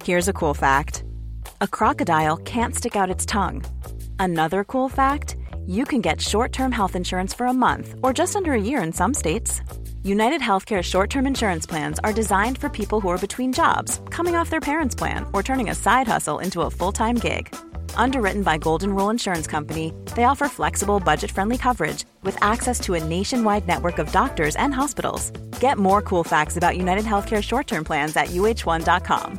Here's a cool fact. A crocodile can't stick out its tongue. Another cool fact, you can get short-term health insurance for a month or just under a year in some states. United Healthcare short-term insurance plans are designed for people who are between jobs, coming off their parents' plan, or turning a side hustle into a full-time gig. Underwritten by Golden Rule Insurance Company, they offer flexible, budget-friendly coverage with access to a nationwide network of doctors and hospitals. Get more cool facts about United Healthcare short-term plans at uh1.com.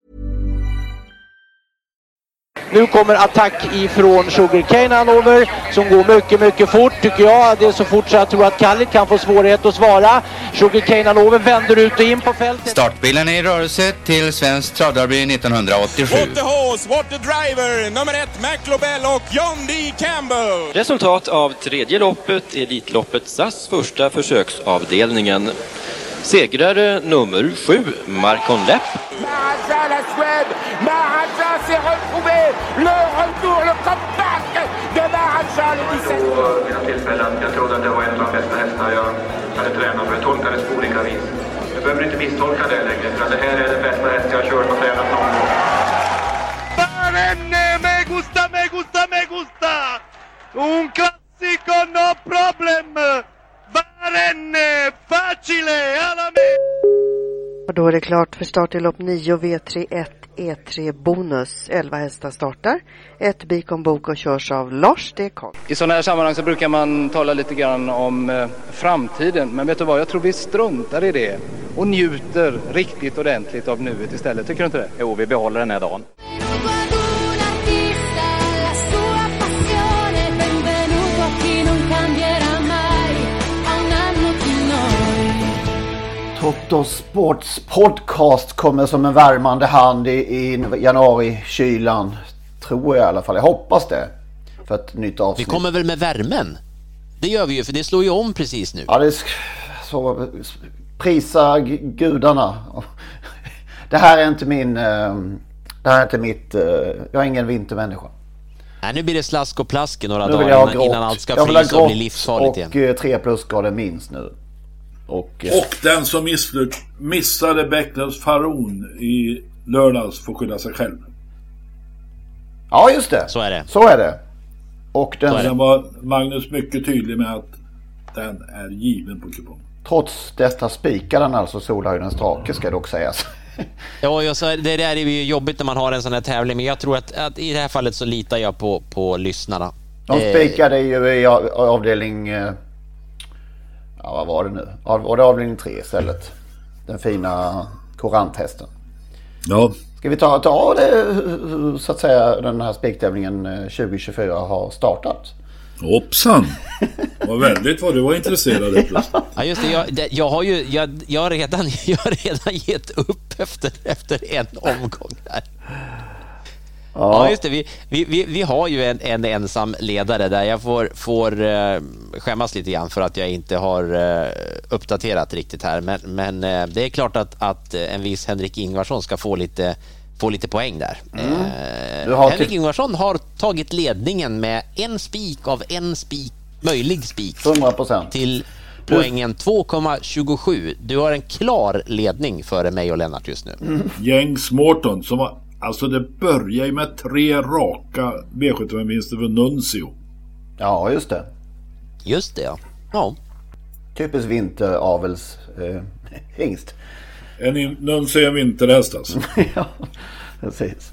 Nu kommer attack ifrån Sugarcane Hanover som går mycket, mycket fort tycker jag. Det är så fort så jag tror att Kallit kan få svårighet att svara. Sugarcane Hanover vänder ut och in på fältet. Startbilen är i rörelse till Svensk Travderby 1987. What the horse, what the driver, nummer 1 McLobell och John D. Campbell. Resultat av tredje loppet, Elitloppet SAS första försöksavdelningen. Segrare nummer 7, Marcon Lepp. Maharaja, la Suède, Maharaja s'est retrouvé, le retour, le comeback de Maharaja, le 17. Jag trodde att det var en av de bästa hästar jag hade tränat, för jag tolkades på olika vis. Jag behöver inte misstolka det längre, för det här är den bästa häst jag har kört och tränat någon gång. Barenne, me gusta, me gusta, me gusta! Un classico, no problem! Barenne, facile, alla me! Och då är det klart för start i lopp 9 V31 E3 bonus. 11 hästar startar. Ett Bikon Bok och körs av Lars D. Karl. I sådana här sammanhang så brukar man tala lite grann om framtiden. Men vet du vad, jag tror vi struntar i det. Och njuter riktigt ordentligt av nuet istället. Tycker du inte det? Jo, vi behåller den här dagen. Toto Sports podcast kommer som en värmande hand i januari-kylan. Tror jag i alla fall. Jag hoppas det. För ett nytt avsnitt. Vi kommer väl med värmen? Det gör vi ju, för det slår ju om precis nu. Ja, det är så. Prisa gudarna. Det här är inte min... Det här är inte mitt... Jag är ingen vintermänniska. Nej, nu blir det slask och plask i några dagar innan allt ska frysa och bli livsfarligt igen. Och 3 plusgrader minst nu. Och den som missade Beckners Faron i lördags får skydda sig själv. Ja, just det. Så är det. Så är det. Och den var Magnus mycket tydlig med att den är given på kupong. Trots detta spikar den alltså Solhöjdens drake, ska dock sägas. Ja, det där är ju jobbigt när man har en sån här tävling. Men jag tror att i det här fallet så litar jag på lyssnarna. De spikade ju i avdelning... Ja, vad var det nu? Var det avdelning 3 istället? Den fina koranthästen. Ja. Ska vi ta det, så att säga, den här spiktävlingen 2024 har startat? Hoppsan! Vad väldigt vad du var intresserad av. Ja, just det. Jag har redan gett upp efter en omgång där. Ja, just det. Vi har ju en ensam ledare där jag får skämmas lite grann för att jag inte har uppdaterat riktigt här. Men det är klart att en viss Henrik Ingvarsson ska få lite poäng där. Henrik Ingvarsson har tagit ledningen med en spik av en möjlig spik. 100%. Till poängen 2,27. Du har en klar ledning före mig och Lennart just nu. Jens Mårton som var... Alltså det börjar ju med 3 raka V75-vinster för Nuncio. Ja, just det. Just det, ja. Typiskt vinteravels hingst. Nuncio är en vinterhäst alltså. Ja, precis.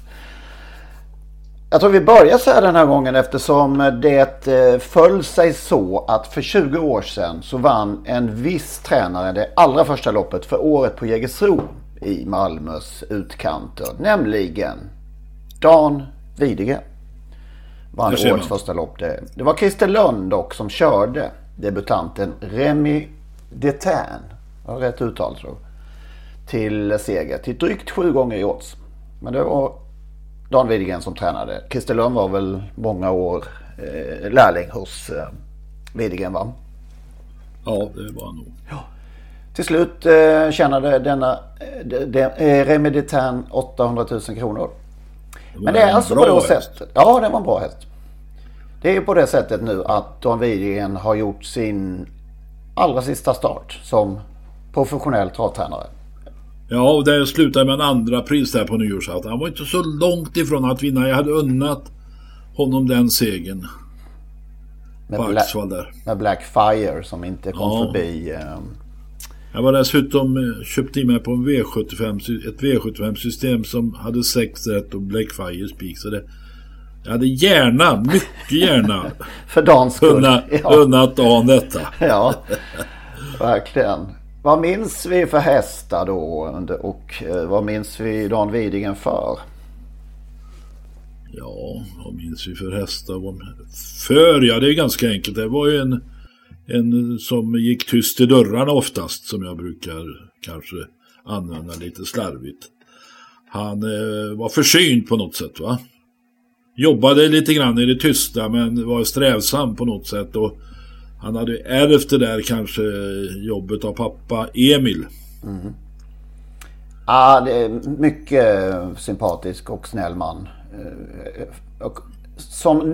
Jag tror vi börjar så här den här gången eftersom det föll sig så att för 20 år sedan så vann en viss tränare det allra första loppet för året på Jägersro i Malmös utkanter, nämligen Dan Widegren. Vann årets första lopp. Det var Christer Lund dock som körde debutanten Remy Detain, har rätt uttal tror jag, till seger till drygt 7 gånger i odds. Men det var Dan Widegren som tränade. Christer Lund var väl många år lärling hos Widegren, va? Ja, det var nog. Ja. Till slut tjänade denna Remy Detain 800 000 kronor. Men det är alltså på det sättet. Ja, det var en bra häst. Det är ju på det sättet nu att Dan Widegren har gjort sin allra sista start som professionell travtränare. Ja, och det slutade med en andra pris där på nyårsafton. Han var inte så långt ifrån att vinna. Jag hade unnat honom den segern. Med Black Fire som inte kom förbi. Jag var dessutom köpt in mig på en ett V75-system som hade 6 rätt och Black Fire spik. Så jag hade mycket gärna för dans skull unnat Dan detta. Ja, verkligen. Vad minns vi för hästar då och vad minns vi Dan Widingen för? Ja, vad minns vi för hästar? Ja, det är ganska enkelt. Det var ju en som gick tyst i dörrarna oftast, som jag brukar kanske använda lite slarvigt. Han var försynt på något sätt, va? Jobbade lite grann i det tysta men var strävsam på något sätt, och han hade ärvt det där kanske jobbet av pappa Emil. Mm. Ja, det är mycket sympatisk och snäll man. Och som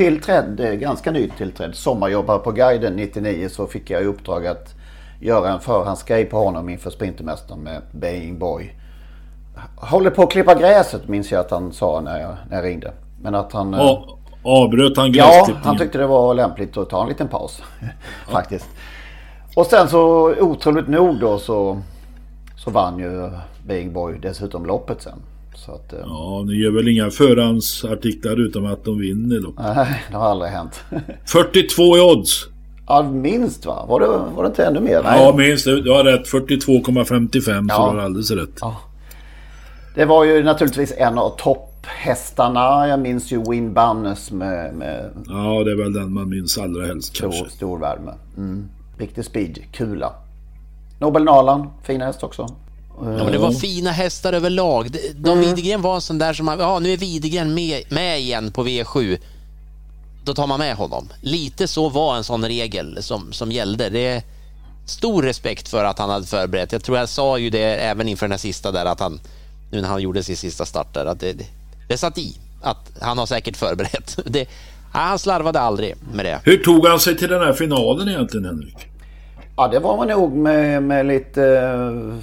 ganska nytillträdd sommarjobbare på Guiden 99 så fick jag i uppdrag att göra en förhandsgrej på honom inför Sprintermästaren med Baying Boy. Håller på att klippa gräset, minns jag att han sa när jag ringde. Men att han... avbröt han gräsklippningen? Ja, han tyckte det var lämpligt att ta en liten paus. Faktiskt. Och sen så otroligt nog då så vann ju Baying Boy dessutom loppet sen. Så att, ja, ni gör väl inga förhandsartiklar utan att de vinner då? Nej, det har aldrig hänt. 42 i odds. Ja, minst va? Var det inte ännu mer? Nej. Ja, minst. Du har rätt. 42,55 så du har alldeles rätt. Ja. Det var ju naturligtvis en av topphästarna. Jag minns ju Win Bannes med... Ja, det är väl den man minns allra helst kanske. Stor värme. Riktig speed, kula. Nobel Nalan, fina häst också. Ja, men det var fina hästar överlag. Widegren var en sån där som nu är Widegren med igen på V7. Då tar man med honom. Lite så var en sån regel som gällde. Det är stor respekt för att han hade förberett. Jag tror jag sa ju det även inför den här sista där, att han, nu när han gjorde sin sista start där, att det satt i att han har säkert förberett. Han slarvade aldrig med det. Hur tog han sig till den här finalen egentligen, Henrik? Ja, det var man nog med lite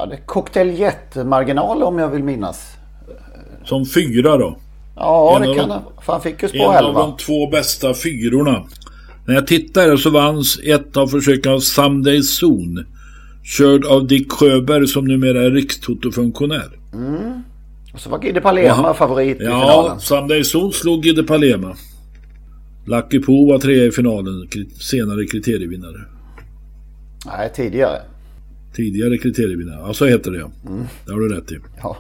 cocktailjet-marginal om jag vill minnas. Som 4 då? Ja, det kan han. För han fick ju spå 11. En av de 2 bästa 4orna. När jag tittade så vanns ett av försöken av Someday Soon. Körd av Dick Sjöberg som numera är rikstotofunktionär. Och så var Gide Palema favorit i finalen. Ja, Someday Soon slog Gide Palema. Lucky Poo var 3 i finalen. Senare kriterievinnare. Nej, tidigare. Tidigare kriterievinnare. Ja, så heter det, ja. Det har du rätt i. Ja.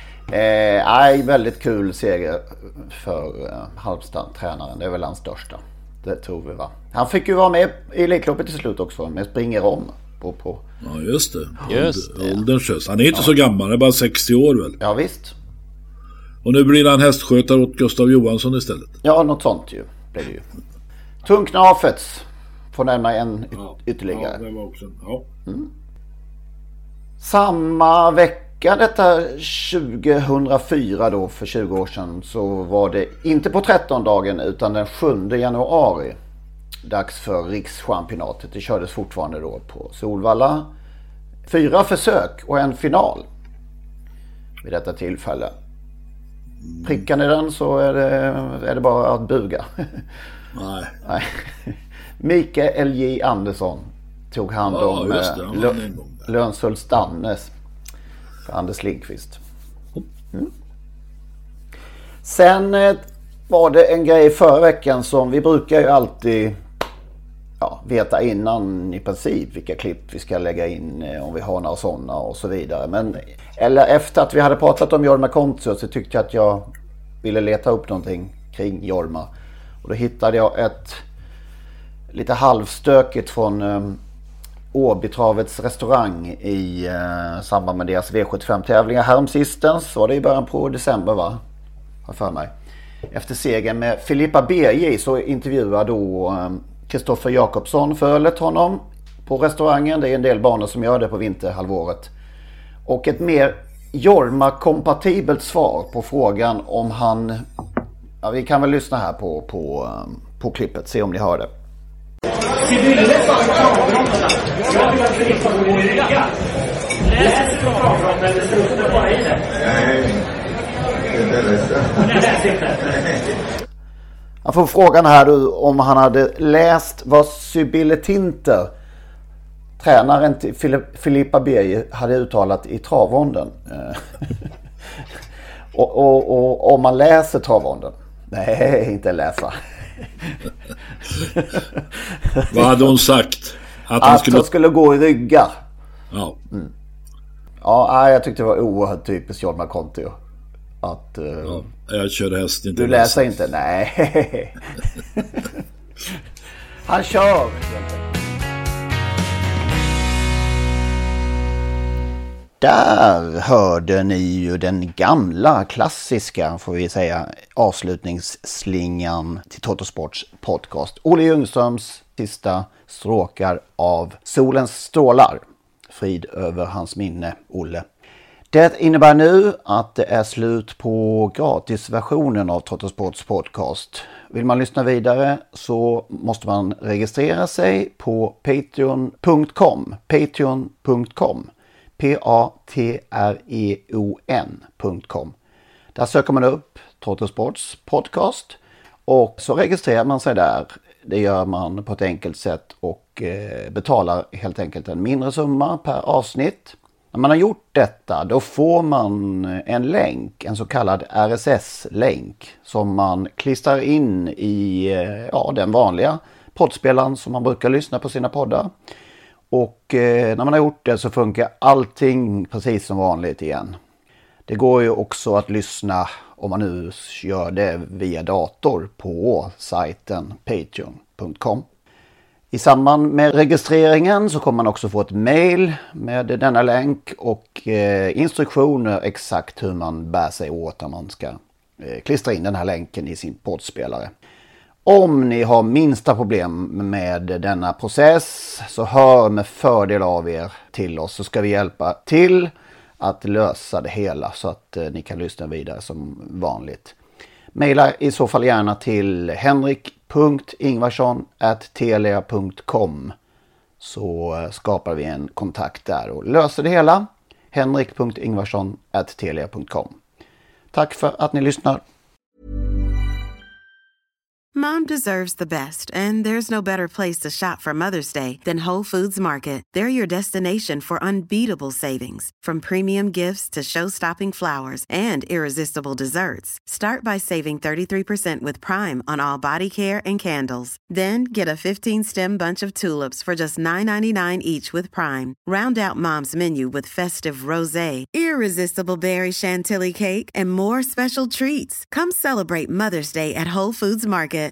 Väldigt kul seger för Halmstad-tränaren. Det är väl hans största. Det tror vi, va? Han fick ju vara med i Elitloppet till slut också. Men springer om på. Ja, just det. Ålderns. Han är inte så gammal. Han är bara 60 år väl? Ja, visst. Och nu blir han hästskötare åt Gustav Johansson istället. Ja, något sånt ju. Blir det ju. Tunknafets. Får nämna en ytterligare. Ja, det var också. Ja. Samma vecka, detta 2004 då, för 20 år sedan, så var det inte på 13-dagen utan den 7 januari dags för rikschampionatet. Det kördes fortfarande då på Solvalla. 4 försök och en final vid detta tillfälle. Prickar ni den så är det bara att buga. Nej. Mikael J. Andersson tog hand om Lönshult-Stannes för Anders Lindqvist. Sen var det en grej förra veckan som vi brukar ju alltid veta innan i princip vilka klipp vi ska lägga in om vi har några sådana och så vidare. Eller efter att vi hade pratat om Jorma Kontio så tyckte jag att jag ville leta upp någonting kring Jorma. Och då hittade jag ett lite halvstökigt från Åbytravets restaurang i samband med deras V75-tävlingar häromsistens. Var det i början på december, va? Har för mig. Efter segern med Filippa BJ så intervjuar då Kristoffer Jakobsson fölet honom på restaurangen. Det är en del banor som gör det på vinterhalvåret. Och ett mer Jorma-kompatibelt svar på frågan om han... Ja, vi kan väl lyssna här på klippet, se om ni hör det. Läser du travproppen eller slutar du bara i det? Nej, inte. Jag får frågan här om han hade läst vad Sibylle Tinter, tränaren till Filippa Berger, hade uttalat i travronden. och om man läser travronden. Nej, inte läsa. Vad hade hon sagt? Att hon skulle gå i ryggar. Ja. Mm. Ja, jag tyckte det var oerhört typiskt John McConty. Att jag kör häst inte. Du läser inte? Nej. Han kör. Där hörde ni ju den gamla klassiska, får vi säga, avslutningsslingan till Totosports podcast. Olle Ljungströms sista stråkar av Solens strålar. Frid över hans minne, Olle. Det innebär nu att det är slut på gratisversionen av Totosports podcast. Vill man lyssna vidare så måste man registrera sig på patreon.com. Patreon.com. patreon.com. Där söker man upp Totosports podcast och så registrerar man sig där. Det gör man på ett enkelt sätt och betalar helt enkelt en mindre summa per avsnitt. När man har gjort detta då får man en länk, en så kallad RSS-länk som man klistrar in i den vanliga poddspelaren som man brukar lyssna på sina poddar. Och när man har gjort det så funkar allting precis som vanligt igen. Det går ju också att lyssna, om man nu gör det via dator, på sajten patreon.com. I samband med registreringen så kommer man också få ett mail med denna länk och instruktioner exakt hur man bär sig åt när man ska klistra in den här länken i sin poddspelare. Om ni har minsta problem med denna process så hör med fördel av er till oss, så ska vi hjälpa till att lösa det hela så att ni kan lyssna vidare som vanligt. Maila i så fall gärna till henrik.ingvarsson@telia.com så skapar vi en kontakt där och löser det hela. henrik.ingvarsson@telia.com. Tack för att ni lyssnar. Mom deserves the best, and there's no better place to shop for Mother's Day than Whole Foods Market. They're your destination for unbeatable savings, from premium gifts to show-stopping flowers and irresistible desserts. Start by saving 33% with Prime on all body care and candles. Then get a 15-stem bunch of tulips for just $9.99 each with Prime. Round out Mom's menu with festive rosé, irresistible berry chantilly cake, and more special treats. Come celebrate Mother's Day at Whole Foods Market.